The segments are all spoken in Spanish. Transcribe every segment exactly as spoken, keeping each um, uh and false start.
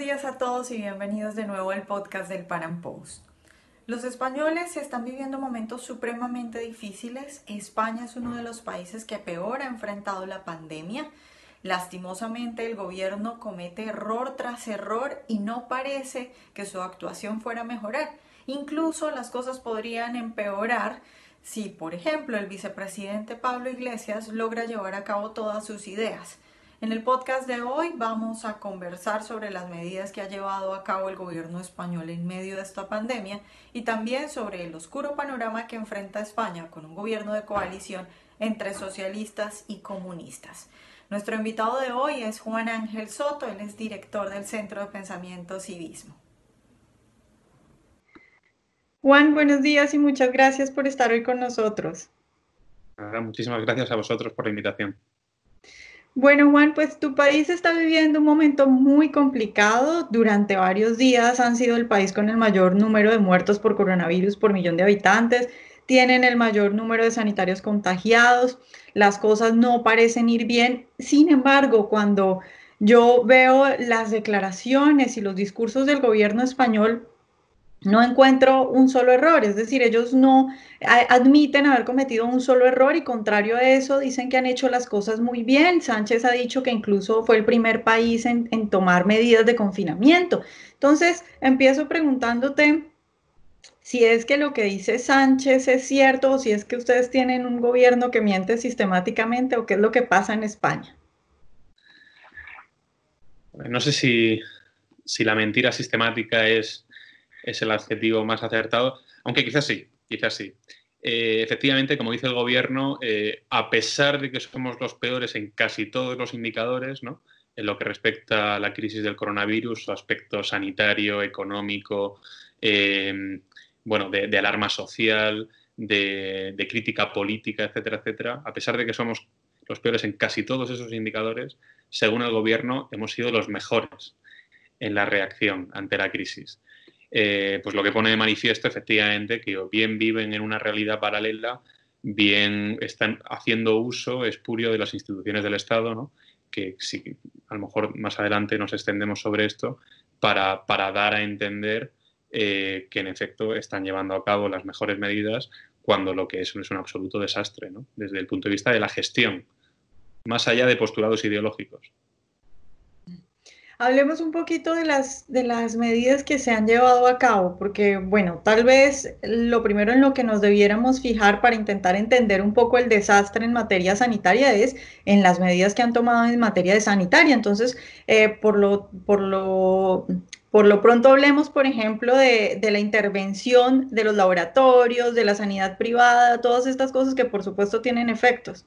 días a todos y bienvenidos de nuevo al podcast del Pan Am Post. Los españoles están viviendo momentos supremamente difíciles. España es uno de los países que peor ha enfrentado la pandemia. Lastimosamente, el gobierno comete error tras error y no parece que su actuación fuera a mejorar. Incluso las cosas podrían empeorar si, por ejemplo, el vicepresidente Pablo Iglesias logra llevar a cabo todas sus ideas. En el podcast de hoy vamos a conversar sobre las medidas que ha llevado a cabo el gobierno español en medio de esta pandemia y también sobre el oscuro panorama que enfrenta España con un gobierno de coalición entre socialistas y comunistas. Nuestro invitado de hoy es Juan Ángel Soto, él es director del Centro de Pensamiento Civismo. Juan, buenos días y muchas gracias por estar hoy con nosotros. Muchísimas gracias a vosotros por la invitación. Bueno, Juan, pues tu país está viviendo un momento muy complicado. Durante varios días han sido el país con el mayor número de muertos por coronavirus por millón de habitantes. Tienen el mayor número de sanitarios contagiados. Las cosas no parecen ir bien. Sin embargo, cuando yo veo las declaraciones y los discursos del gobierno español, no encuentro un solo error, es decir, ellos no admiten haber cometido un solo error y contrario a eso dicen que han hecho las cosas muy bien. Sánchez ha dicho que incluso fue el primer país en, en tomar medidas de confinamiento. Entonces, empiezo preguntándote si es que lo que dice Sánchez es cierto o si es que ustedes tienen un gobierno que miente sistemáticamente o qué es lo que pasa en España. No sé si, si la mentira sistemática es, es el adjetivo más acertado, aunque quizás sí, quizás sí. Eh, efectivamente, como dice el gobierno, eh, a pesar de que somos los peores en casi todos los indicadores, ¿no?, en lo que respecta a la crisis del coronavirus, su aspecto sanitario, económico, eh, bueno, de, de alarma social, de, de crítica política, etcétera, etcétera, a pesar de que somos los peores en casi todos esos indicadores, según el gobierno, hemos sido los mejores en la reacción ante la crisis. Eh, pues lo que pone de manifiesto, efectivamente, que o bien viven en una realidad paralela, bien están haciendo uso espurio de las instituciones del Estado, ¿no?, que sí, a lo mejor más adelante nos extendemos sobre esto, para, para dar a entender eh, que en efecto están llevando a cabo las mejores medidas cuando lo que es es un absoluto desastre, ¿no?, desde el punto de vista de la gestión, más allá de postulados ideológicos. Hablemos un poquito de las, de las medidas que se han llevado a cabo, porque, bueno, tal vez lo primero en lo que nos debiéramos fijar para intentar entender un poco el desastre en materia sanitaria es en las medidas que han tomado en materia de sanitaria. Entonces, eh, por, lo, por, lo, por lo pronto hablemos, por ejemplo, de, de la intervención de los laboratorios, de la sanidad privada, todas estas cosas que por supuesto tienen efectos.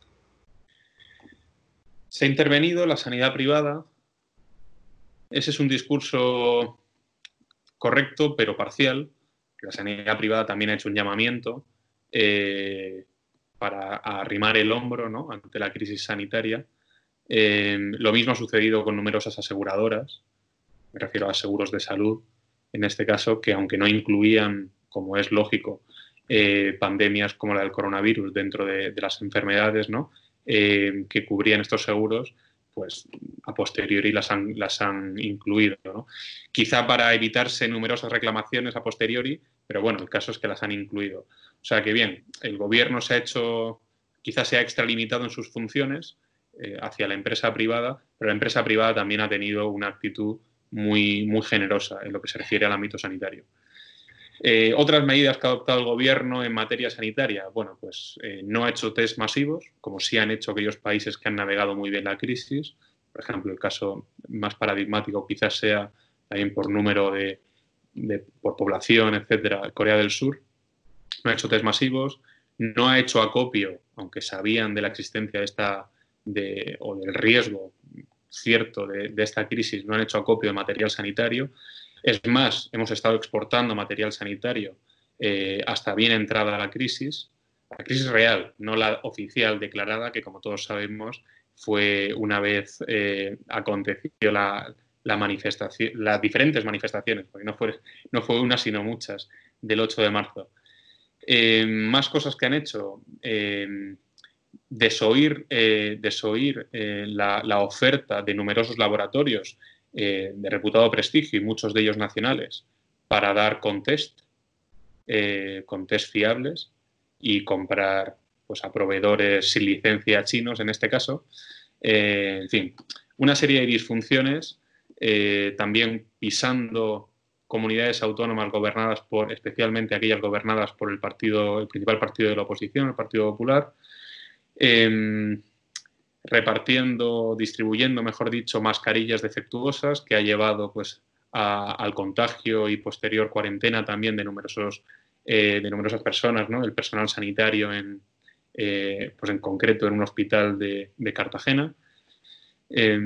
Se ha intervenido la sanidad privada. Ese es un discurso correcto, pero parcial. La sanidad privada también ha hecho un llamamiento eh, para arrimar el hombro, ¿no?, ante la crisis sanitaria. Eh, lo mismo ha sucedido con numerosas aseguradoras, me refiero a seguros de salud, en este caso, que aunque no incluían, como es lógico, eh, pandemias como la del coronavirus dentro de, de las enfermedades, ¿no?, eh, que cubrían estos seguros, pues a posteriori las han, las han incluido, ¿no?, quizá para evitarse numerosas reclamaciones a posteriori, pero bueno, el caso es que las han incluido. O sea que bien, el gobierno se ha hecho, quizás se ha extralimitado en sus funciones eh, hacia la empresa privada, pero la empresa privada también ha tenido una actitud muy, muy generosa en lo que se refiere al ámbito sanitario. Eh, otras medidas que ha adoptado el gobierno en materia sanitaria, bueno, pues eh, no ha hecho test masivos, como sí han hecho aquellos países que han navegado muy bien la crisis. Por ejemplo, el caso más paradigmático quizás sea también por número de, de por población, etcétera, Corea del Sur. No ha hecho test masivos, no ha hecho acopio, aunque sabían de la existencia de esta de, o del riesgo cierto de, de esta crisis, no han hecho acopio de material sanitario. Es más, hemos estado exportando material sanitario eh, hasta bien entrada la crisis, la crisis real, no la oficial declarada, que como todos sabemos fue una vez eh, aconteció la, la manifestación, las diferentes manifestaciones, porque no fue, no fue una sino muchas, del ocho de marzo. Eh, más cosas que han hecho, eh, desoír, eh, desoír eh, la, la oferta de numerosos laboratorios eh, de reputado prestigio y muchos de ellos nacionales para dar con test, eh, con test fiables y comprar pues, a proveedores sin licencia chinos en este caso. Eh, en fin, una serie de disfunciones, eh, también pisando comunidades autónomas gobernadas por, especialmente aquellas gobernadas por el partido, el principal partido de la oposición, el Partido Popular, eh, repartiendo, distribuyendo, mejor dicho, mascarillas defectuosas que ha llevado pues, a, al contagio y posterior cuarentena también de, numerosos, eh, de numerosas personas, ¿no? El personal sanitario en, eh, pues en concreto en un hospital de, de Cartagena. Eh,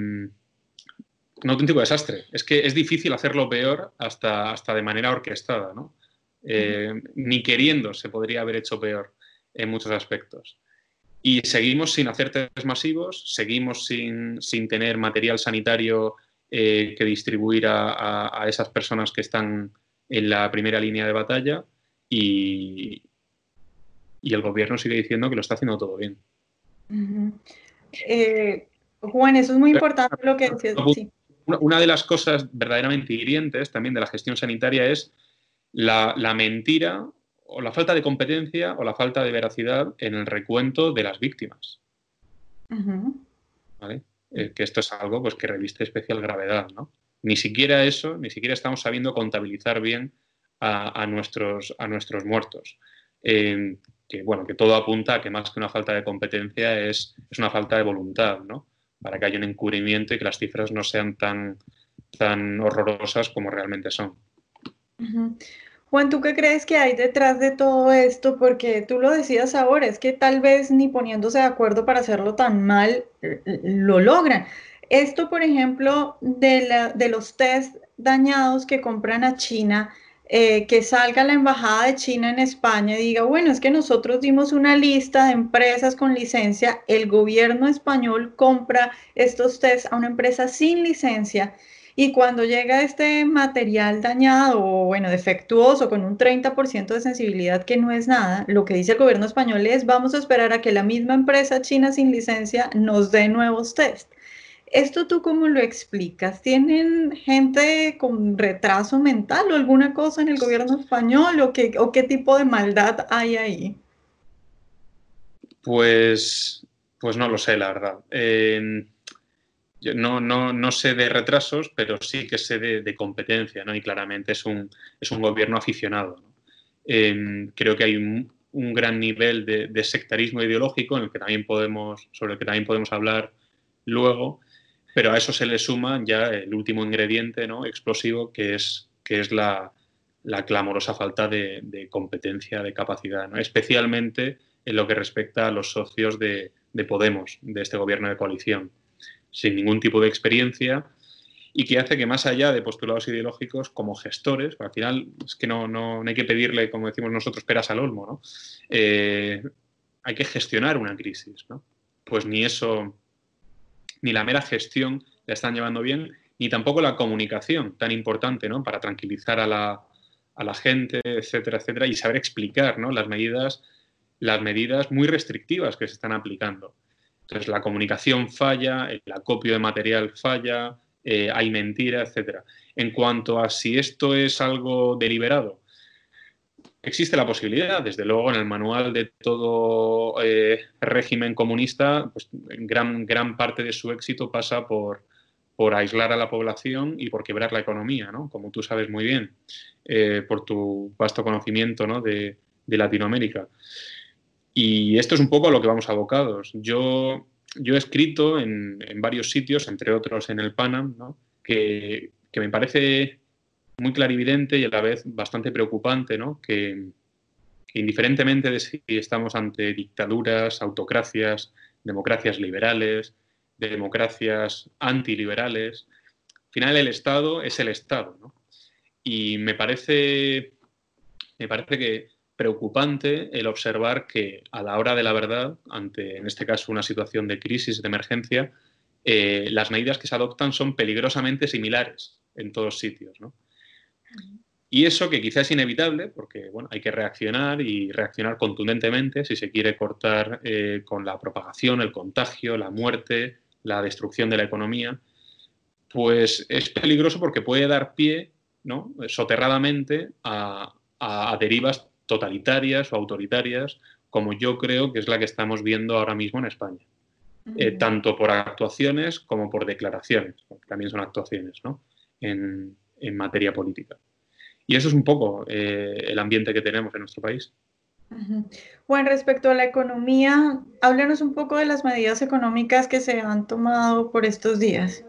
un auténtico desastre. Es que es difícil hacerlo peor hasta, hasta de manera orquestada, ¿no? Eh, ni queriendo se podría haber hecho peor en muchos aspectos. Y seguimos sin hacer test masivos, seguimos sin, sin tener material sanitario eh, que distribuir a, a, a esas personas que están en la primera línea de batalla y, y el gobierno sigue diciendo que lo está haciendo todo bien. Uh-huh. eh, Juan, eso es muy importante lo que decías. Sí. Una de las cosas verdaderamente hirientes también de la gestión sanitaria es la, la mentira o la falta de competencia o la falta de veracidad en el recuento de las víctimas. Uh-huh. ¿Vale? Eh, que esto es algo pues, que reviste especial gravedad, ¿no? Ni siquiera eso, ni siquiera estamos sabiendo contabilizar bien a, a, nuestros, a nuestros muertos. Eh, que, bueno, que todo apunta a que más que una falta de competencia es, es una falta de voluntad, ¿no? Para que haya un encubrimiento y que las cifras no sean tan, tan horrorosas como realmente son. Uh-huh. Juan, ¿tú qué crees que hay detrás de todo esto? Porque tú lo decías ahora, es que tal vez ni poniéndose de acuerdo para hacerlo tan mal, lo logran. Esto, por ejemplo, de, la, de los test dañados que compran a China, eh, que salga la embajada de China en España y diga, bueno, es que nosotros dimos una lista de empresas con licencia, el gobierno español compra estos tests a una empresa sin licencia. Y cuando llega este material dañado o, bueno, defectuoso con un treinta por ciento de sensibilidad, que no es nada, lo que dice el gobierno español es vamos a esperar a que la misma empresa china sin licencia nos dé nuevos test. ¿Esto tú cómo lo explicas? ¿Tienen gente con retraso mental o alguna cosa en el gobierno español o qué, o qué tipo de maldad hay ahí? Pues, pues no lo sé, la verdad. Eh, Yo no, no, no sé de retrasos, pero sí que sé de, de competencia, ¿no? Y claramente es un, es un gobierno aficionado, ¿no? Eh, creo que hay un, un gran nivel de, de sectarismo ideológico en el que también podemos, sobre el que también podemos hablar luego, pero a eso se le suma ya el último ingrediente, ¿no? Explosivo, que es, que es la, la clamorosa falta de, de competencia, de capacidad, ¿no? Especialmente en lo que respecta a los socios de, de Podemos, de este gobierno de coalición, sin ningún tipo de experiencia y que hace que más allá de postulados ideológicos como gestores, al final es que no, no, no hay que pedirle, como decimos nosotros, peras al olmo, ¿no? Eh, hay que gestionar una crisis, ¿no? Pues ni eso, ni la mera gestión la están llevando bien, ni tampoco la comunicación tan importante, ¿no? Para tranquilizar a la, a la gente, etcétera, etcétera, y saber explicar, ¿no? Las medidas, las medidas muy restrictivas que se están aplicando. Entonces, la comunicación falla, el acopio de material falla, eh, hay mentira, etcétera. En cuanto a si esto es algo deliberado, existe la posibilidad. Desde luego, en el manual de todo eh, régimen comunista, pues, gran, gran parte de su éxito pasa por, por aislar a la población y por quebrar la economía, ¿no? Como tú sabes muy bien, eh, por tu vasto conocimiento, ¿no? de, de Latinoamérica. Y esto es un poco a lo que vamos abocados. Yo, yo he escrito en, en varios sitios, entre otros en el Panam, ¿no? que, que me parece muy clarividente y a la vez bastante preocupante, ¿no? que, que indiferentemente de si estamos ante dictaduras, autocracias, democracias liberales, democracias antiliberales, al final el Estado es el Estado, ¿no? Y me parece, me parece que preocupante el observar que a la hora de la verdad, ante en este caso una situación de crisis, de emergencia, eh, las medidas que se adoptan son peligrosamente similares en todos sitios, ¿no? Y eso que quizás es inevitable, porque bueno, hay que reaccionar y reaccionar contundentemente si se quiere cortar eh, con la propagación, el contagio, la muerte, la destrucción de la economía. pues es peligroso porque puede dar pie, ¿no?, soterradamente a, a, a derivas totalitarias o autoritarias, como yo creo que es la que estamos viendo ahora mismo en España. Eh, tanto por actuaciones como por declaraciones, porque también son actuaciones, ¿no?, en, en materia política. Y eso es un poco eh, el ambiente que tenemos en nuestro país. Uh-huh. Bueno, respecto a la economía, háblenos un poco de las medidas económicas que se han tomado por estos días.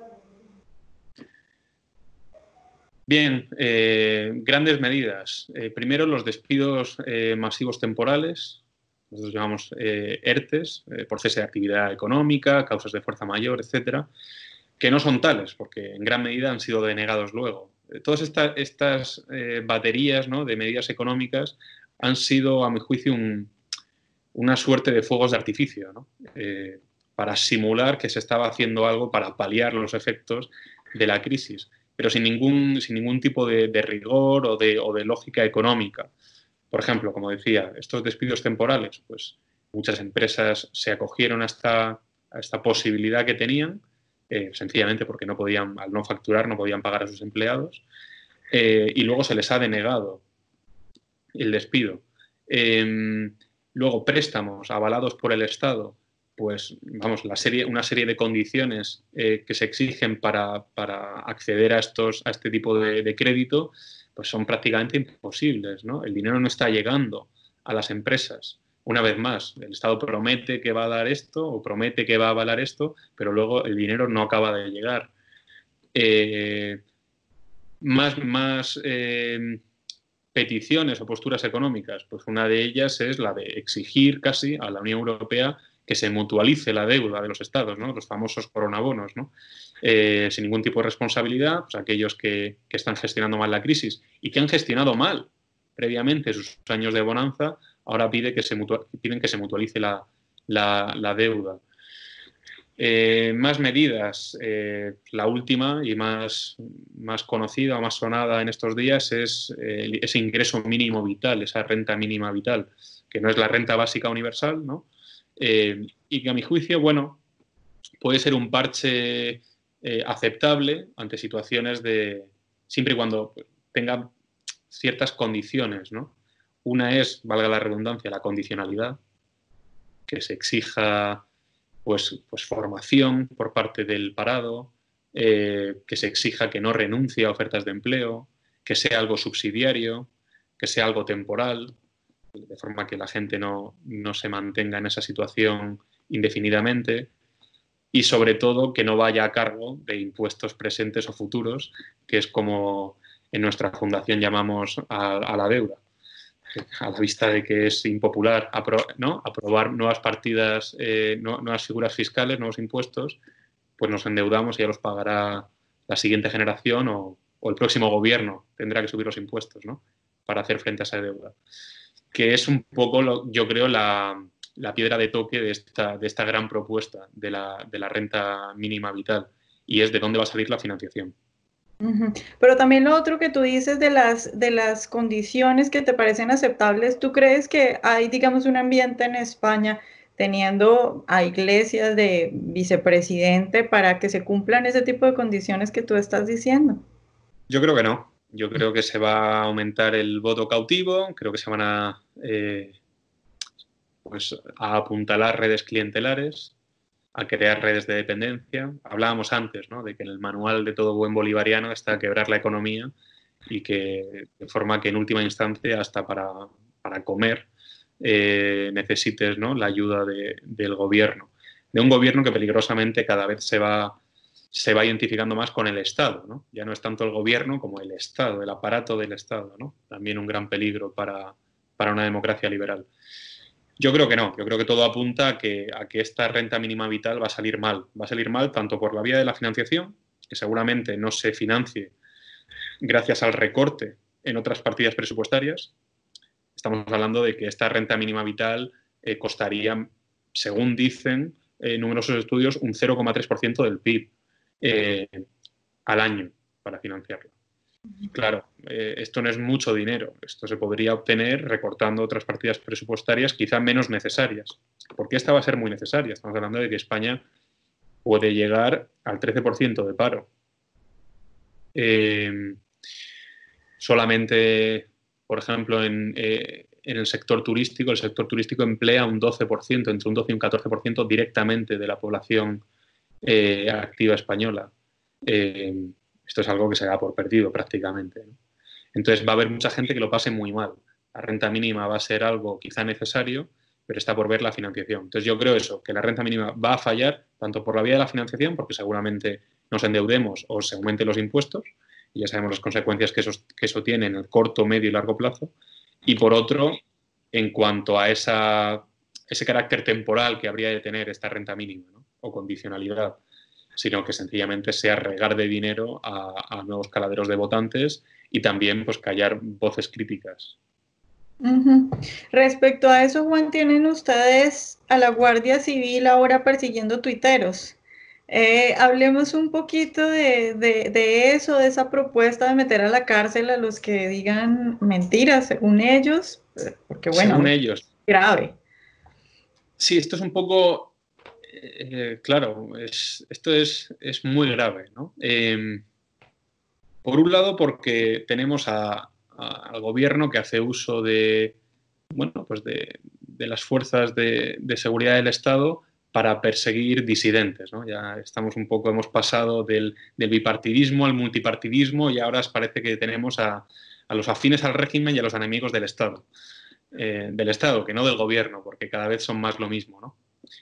Bien, eh, grandes medidas. Eh, primero, los despidos eh, masivos temporales, nosotros llamamos eh, ERTES, eh, por cese de actividad económica, causas de fuerza mayor, etcétera, que no son tales, porque en gran medida han sido denegados luego. Eh, todas esta, estas eh, baterías, ¿no?, de medidas económicas han sido, a mi juicio, un, una suerte de fuegos de artificio, ¿no?, eh, para simular que se estaba haciendo algo para paliar los efectos de la crisis, pero sin ningún, sin ningún tipo de, de rigor o de, o de lógica económica. Por ejemplo, como decía, estos despidos temporales, pues muchas empresas se acogieron a esta, a esta posibilidad que tenían, eh, sencillamente porque no podían, al no facturar, no podían pagar a sus empleados, eh, y luego se les ha denegado el despido. Eh, luego, préstamos avalados por el Estado, pues vamos, la serie, una serie de condiciones eh, que se exigen para, para acceder a, estos, a este tipo de, de crédito, pues son prácticamente imposibles, ¿no? El dinero no está llegando a las empresas. Una vez más, el Estado promete que va a dar esto o promete que va a avalar esto, pero luego el dinero no acaba de llegar. Eh, más más eh, peticiones o posturas económicas, pues una de ellas es la de exigir casi a la Unión Europea que se mutualice la deuda de los estados, ¿no?, los famosos coronabonos, ¿no?, eh, sin ningún tipo de responsabilidad, pues aquellos que, que están gestionando mal la crisis y que han gestionado mal previamente sus años de bonanza, ahora pide que se mutua, piden que se mutualice la, la, la deuda. Eh, más medidas. Eh, la última y más, más conocida o más sonada en estos días es eh, ese ingreso mínimo vital, esa renta mínima vital, que no es la renta básica universal, ¿no?, eh, y que a mi juicio, bueno, puede ser un parche eh, aceptable ante situaciones de, siempre y cuando tenga ciertas condiciones, ¿no? Una es, valga la redundancia, la condicionalidad, que se exija Pues, pues formación por parte del parado, eh, que se exija que no renuncie a ofertas de empleo, que sea algo subsidiario, que sea algo temporal, de forma que la gente no, no se mantenga en esa situación indefinidamente, y sobre todo que no vaya a cargo de impuestos presentes o futuros, que es como en nuestra fundación llamamos a, a la deuda. A la vista de que es impopular apro ¿no? aprobar nuevas partidas, eh, no, nuevas figuras fiscales, nuevos impuestos, pues nos endeudamos y ya los pagará la siguiente generación o, o el próximo gobierno tendrá que subir los impuestos, ¿no?, para hacer frente a esa deuda. Que es un poco, lo, yo creo, la, la piedra de toque de esta, de esta gran propuesta de la, de la renta mínima vital, y es de dónde va a salir la financiación. Uh-huh. Pero también lo otro que tú dices de las, de las condiciones que te parecen aceptables, ¿tú crees que hay, digamos, un ambiente en España teniendo a Iglesias de vicepresidente para que se cumplan ese tipo de condiciones que tú estás diciendo? Yo creo que no. Yo creo que se va a aumentar el voto cautivo, creo que se van a, eh, pues, a apuntalar redes clientelares, a crear redes de dependencia. Hablábamos antes, ¿no?, de que en el manual de todo buen bolivariano está quebrar la economía y que de forma que en última instancia hasta para, para comer eh, necesites, ¿no?, la ayuda de, del gobierno. De un gobierno que peligrosamente cada vez se va, se va identificando más con el Estado, ¿no? Ya no es tanto el gobierno como el Estado, el aparato del Estado, ¿no? También un gran peligro para, para una democracia liberal. Yo creo que no, yo creo que todo apunta a que, a que esta renta mínima vital va a salir mal. Va a salir mal tanto por la vía de la financiación, que seguramente no se financie gracias al recorte en otras partidas presupuestarias. Estamos hablando de que esta renta mínima vital eh, costaría, según dicen eh, numerosos estudios, un cero coma tres por ciento del P I B eh, al año para financiarla. Claro, eh, esto no es mucho dinero. Esto se podría obtener recortando otras partidas presupuestarias quizá menos necesarias. Porque esta va a ser muy necesaria. Estamos hablando de que España puede llegar al trece por ciento de paro. Eh, solamente, por ejemplo, en, eh, en el sector turístico, el sector turístico emplea un doce por ciento, entre un doce y un catorce por ciento directamente de la población eh, activa española. Eh, esto es algo que se da por perdido prácticamente, ¿no? Entonces va a haber mucha gente que lo pase muy mal. La renta mínima va a ser algo quizá necesario, pero está por ver la financiación. Entonces yo creo eso, que la renta mínima va a fallar tanto por la vía de la financiación, porque seguramente nos endeudemos o se aumenten los impuestos, y ya sabemos las consecuencias que eso, que eso tiene en el corto, medio y largo plazo, y por otro, en cuanto a esa, ese carácter temporal que habría de tener esta renta mínima, ¿no? O condicionalidad, sino que sencillamente sea regar de dinero a, a nuevos caladeros de votantes y también pues callar voces críticas. Uh-huh. Respecto a eso, Juan, tienen ustedes a la Guardia Civil ahora persiguiendo tuiteros. Eh, hablemos un poquito de, de, de eso, de esa propuesta de meter a la cárcel a los que digan mentiras, según ellos, porque bueno, Según ellos. grave. Sí, esto es un poco, eh, claro, es, esto es, es muy grave, ¿no? Eh, por un lado, porque tenemos a, a, al gobierno que hace uso de, bueno, pues de, de las fuerzas de, de seguridad del Estado para perseguir disidentes, ¿no? Ya estamos un poco, hemos pasado del, del bipartidismo al multipartidismo y ahora parece que tenemos a, a los afines al régimen y a los enemigos del Estado. Eh, del Estado, que no del gobierno, porque cada vez son más lo mismo, ¿no?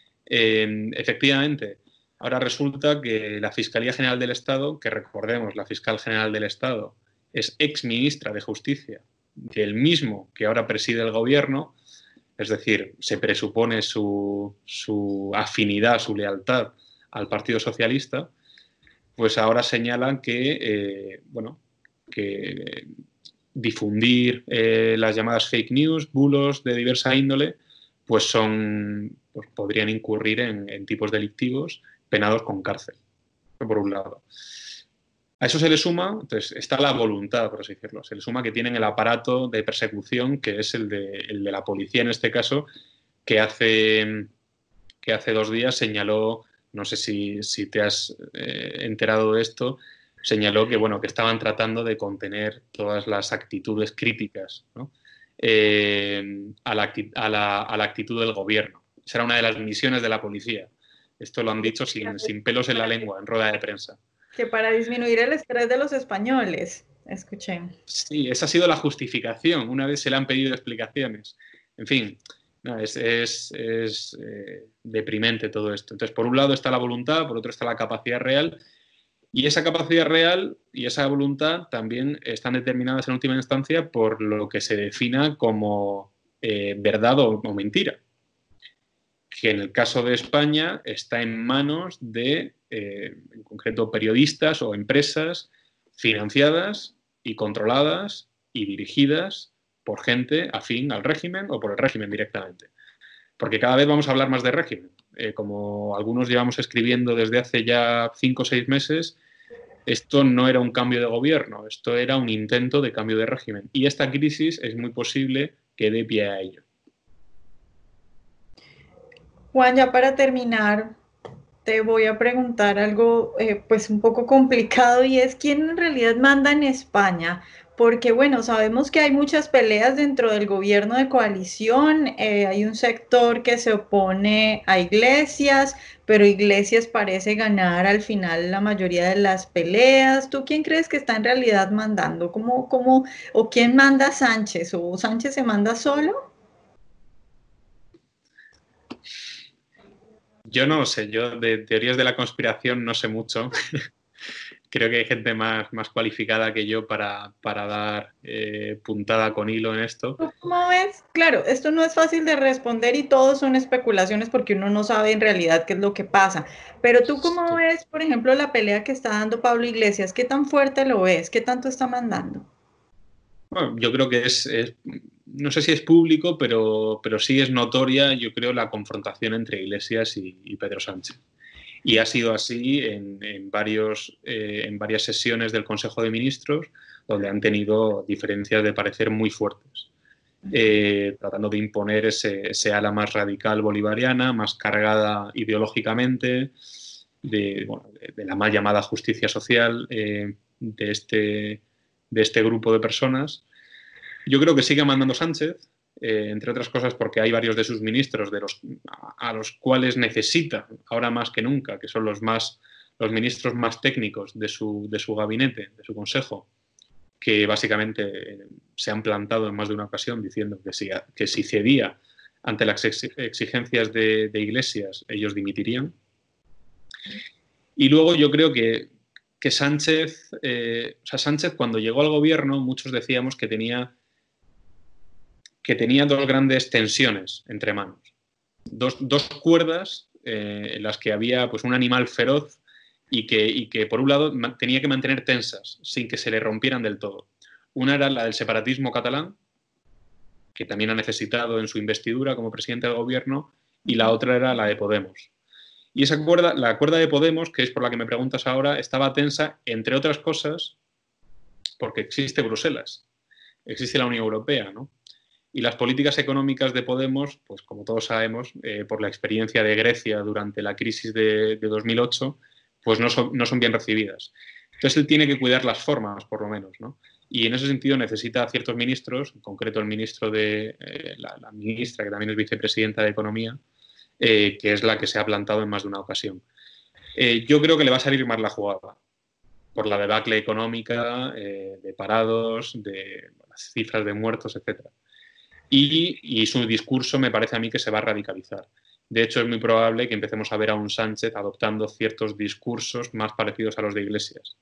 Eh, efectivamente, ahora resulta que la Fiscalía General del Estado, que recordemos, la Fiscal General del Estado es ex ministra de Justicia del mismo que ahora preside el gobierno, es decir, se presupone su, su afinidad, su lealtad al Partido Socialista, pues ahora señalan que, eh, bueno, que difundir eh, las llamadas fake news, bulos de diversa índole, pues son, pues podrían incurrir en, en tipos delictivos penados con cárcel, por un lado. A eso se le suma, entonces está la voluntad, por así decirlo, se le suma que tienen el aparato de persecución, que es el de, el de la policía en este caso, que hace, que hace dos días señaló, no sé si, si te has eh, enterado de esto, señaló que, bueno, que estaban tratando de contener todas las actitudes críticas, ¿no? eh, a, la, a, la, a la actitud del gobierno. Esa era una de las misiones de la policía. Esto lo han dicho sin, sin pelos en la lengua, en rueda de prensa. Que para disminuir el estrés de los españoles, escuché. Sí, esa ha sido la justificación. Una vez se le han pedido explicaciones. En fin, no, es, es, es eh, deprimente todo esto. Entonces, por un lado está la voluntad, por otro está la capacidad real. Y esa capacidad real y esa voluntad también están determinadas en última instancia por lo que se defina como eh, verdad o, o mentira, que en el caso de España está en manos de, eh, en concreto, periodistas o empresas financiadas y controladas y dirigidas por gente afín al régimen o por el régimen directamente. Porque cada vez vamos a hablar más de régimen. Eh, como algunos llevamos escribiendo desde hace ya cinco o seis meses, esto no era un cambio de gobierno, esto era un intento de cambio de régimen. Y esta crisis es muy posible que dé pie a ello. Juan, ya para terminar, te voy a preguntar algo eh, pues un poco complicado y es quién en realidad manda en España, porque bueno, sabemos que hay muchas peleas dentro del gobierno de coalición, eh, hay un sector que se opone a Iglesias, pero Iglesias parece ganar al final la mayoría de las peleas. ¿Tú quién crees que está en realidad mandando? ¿Cómo, cómo, o quién manda Sánchez? ¿O Sánchez se manda solo? Yo no lo sé, yo de teorías de la conspiración no sé mucho. Creo que hay gente más, más cualificada que yo para, para dar eh, puntada con hilo en esto. ¿Cómo ves? Claro, esto no es fácil de responder y todo son especulaciones porque uno no sabe en realidad qué es lo que pasa. Pero tú, ¿cómo ves, por ejemplo, la pelea que está dando Pablo Iglesias? ¿Qué tan fuerte lo ves? ¿Qué tanto está mandando? Bueno, yo creo que es, es, no sé si es público, pero, pero sí es notoria, yo creo, la confrontación entre Iglesias y, y Pedro Sánchez. Y ha sido así en, en, varios, eh, en varias sesiones del Consejo de Ministros, donde han tenido diferencias de parecer muy fuertes, eh, tratando de imponer ese, ese ala más radical bolivariana, más cargada ideológicamente, de, bueno, de, de la mal llamada justicia social. Eh, de este, de este grupo de personas. Yo creo que sigue mandando Sánchez, eh, entre otras cosas porque hay varios de sus ministros de los, a, a los cuales necesita, ahora más que nunca, que son los, más, los ministros más técnicos de su, de su gabinete, de su consejo, que básicamente se han plantado en más de una ocasión diciendo que si, que si cedía ante las exigencias de, de Iglesias, ellos dimitirían. Y luego yo creo que, que Sánchez, eh, o sea, Sánchez cuando llegó al gobierno, muchos decíamos que tenía, que tenía dos grandes tensiones entre manos. Dos, dos cuerdas eh, en las que había pues, un animal feroz y que, y que, por un lado, tenía que mantener tensas sin que se le rompieran del todo. Una era la del separatismo catalán, que también ha necesitado en su investidura como presidente del gobierno, y la otra era la de Podemos. Y esa cuerda, la cuerda de Podemos, que es por la que me preguntas ahora, estaba tensa, entre otras cosas, porque existe Bruselas, existe la Unión Europea, ¿no? Y las políticas económicas de Podemos, pues como todos sabemos, eh, por la experiencia de Grecia durante la crisis de, de dos mil ocho, pues no son, no son bien recibidas. Entonces él tiene que cuidar las formas, por lo menos, ¿no? Y en ese sentido necesita a ciertos ministros, en concreto el ministro de, eh, la, la ministra, que también es vicepresidenta de Economía, eh, que es la que se ha plantado en más de una ocasión. Eh, yo creo que le va a salir mal la jugada, por la debacle económica, eh, de parados, de las cifras de muertos, etcétera. Y, y su discurso me parece a mí que se va a radicalizar. De hecho, es muy probable que empecemos a ver a un Sánchez adoptando ciertos discursos más parecidos a los de Iglesias.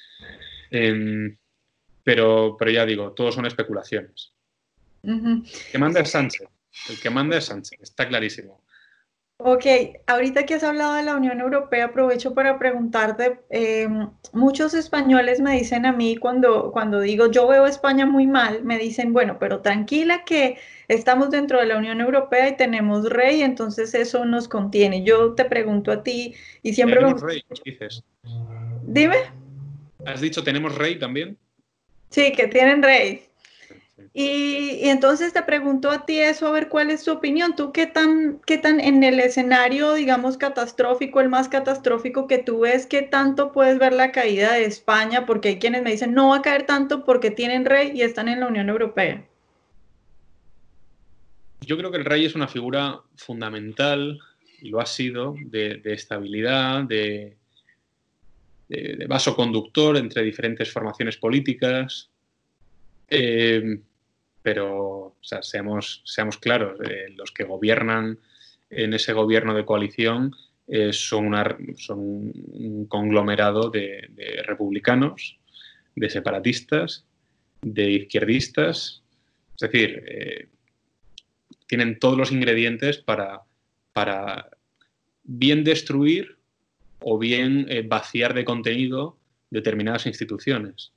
Eh, pero, pero ya digo, todos son especulaciones. Uh-huh. El que manda es Sánchez. El que manda es Sánchez, está clarísimo. Ok, ahorita que has hablado de la Unión Europea, aprovecho para preguntarte, eh, muchos españoles me dicen a mí cuando, cuando digo yo veo a España muy mal, me dicen, bueno, pero tranquila que estamos dentro de la Unión Europea y tenemos rey, entonces eso nos contiene. Yo te pregunto a ti y siempre me Tenemos gusta rey, mucho. dices. Dime. ¿Has dicho tenemos rey también? Sí, que tienen rey. Sí. Y, y entonces te pregunto a ti eso, a ver cuál es tu opinión. ¿Tú qué tan, qué tan en el escenario, digamos, catastrófico, el más catastrófico que tú ves, qué tanto puedes ver la caída de España? Porque hay quienes me dicen, no va a caer tanto porque tienen rey y están en la Unión Europea. Yo creo que el rey es una figura fundamental, y lo ha sido, de, de estabilidad, de, de, de vaso conductor entre diferentes formaciones políticas. Eh, pero, o sea, seamos, seamos claros, eh, los que gobiernan en ese gobierno de coalición eh, son, una, son un conglomerado de, de republicanos, de separatistas, de izquierdistas, es decir, eh, tienen todos los ingredientes para, para bien destruir o bien eh, vaciar de contenido determinadas instituciones.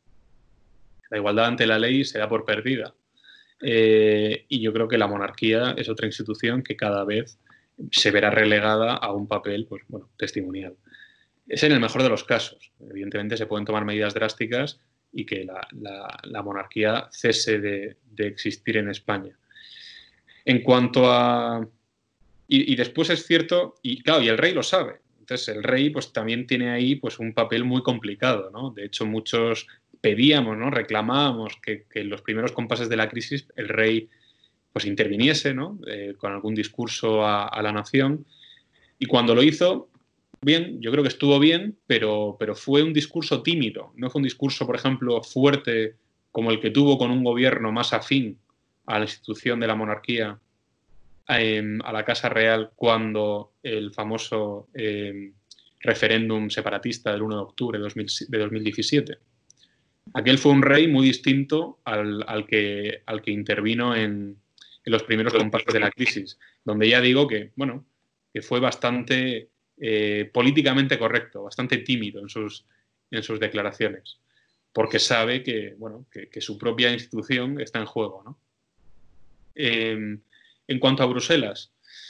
La igualdad ante la ley se da por perdida. Eh, y yo creo que la monarquía es otra institución que cada vez se verá relegada a un papel, pues, bueno, testimonial. Es en el mejor de los casos. Evidentemente se pueden tomar medidas drásticas y que la, la, la monarquía cese de, de existir en España. En cuanto a... Y, y después es cierto, y claro, y el rey lo sabe. Entonces el rey pues también tiene ahí pues un papel muy complicado, ¿no? De hecho muchos pedíamos, ¿no? Reclamábamos que, que en los primeros compases de la crisis el rey pues interviniese, ¿no? Eh, con algún discurso a, a la nación. Y cuando lo hizo, bien, yo creo que estuvo bien, pero, pero fue un discurso tímido. No fue un discurso, por ejemplo, fuerte como el que tuvo con un gobierno más afín a la institución de la monarquía, eh, a la Casa Real, cuando el famoso eh, referéndum separatista del uno de octubre de, dos mil, de dos mil diecisiete. Aquel fue un rey muy distinto al, al, que, al que intervino en, en los primeros compases de la crisis, donde ya digo que, bueno, que fue bastante eh, políticamente correcto, bastante tímido en sus, en sus declaraciones, porque sabe que, bueno, que, que su propia institución está en juego, ¿no? Eh, en cuanto a Bruselas,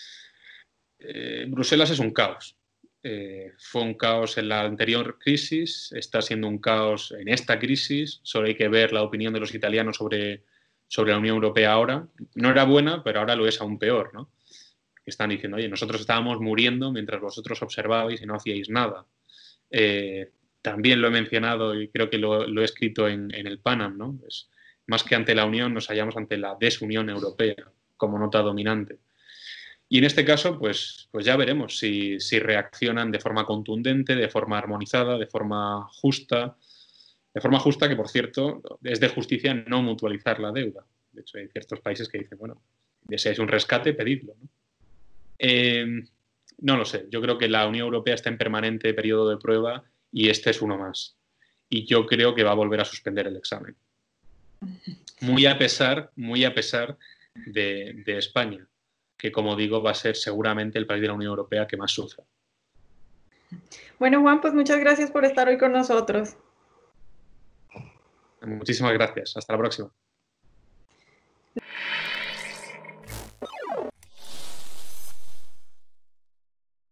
eh, Bruselas es un caos. Eh, fue un caos en la anterior crisis, está siendo un caos en esta crisis. Solo hay que ver la opinión de los italianos sobre, sobre la Unión Europea ahora. No era buena, pero ahora lo es aún peor, ¿no? Están diciendo, oye, nosotros estábamos muriendo mientras vosotros observabais y no hacíais nada. Eh, también lo he mencionado y creo que lo, lo he escrito en, en el Panam, ¿no? Es, más que ante la Unión, nos hallamos ante la desunión europea como nota dominante. Y en este caso, pues, pues ya veremos si, si reaccionan de forma contundente, de forma armonizada, de forma justa. De forma justa que, por cierto, es de justicia no mutualizar la deuda. De hecho, hay ciertos países que dicen, bueno, si deseáis un rescate, pedidlo, ¿no? Eh, no lo sé. Yo creo que la Unión Europea está en permanente periodo de prueba y este es uno más. Y yo creo que va a volver a suspender el examen. Muy a pesar, muy a pesar de, de España, que, como digo, va a ser seguramente el país de la Unión Europea que más sufra. Bueno, Juan, pues muchas gracias por estar hoy con nosotros. Muchísimas gracias. Hasta la próxima.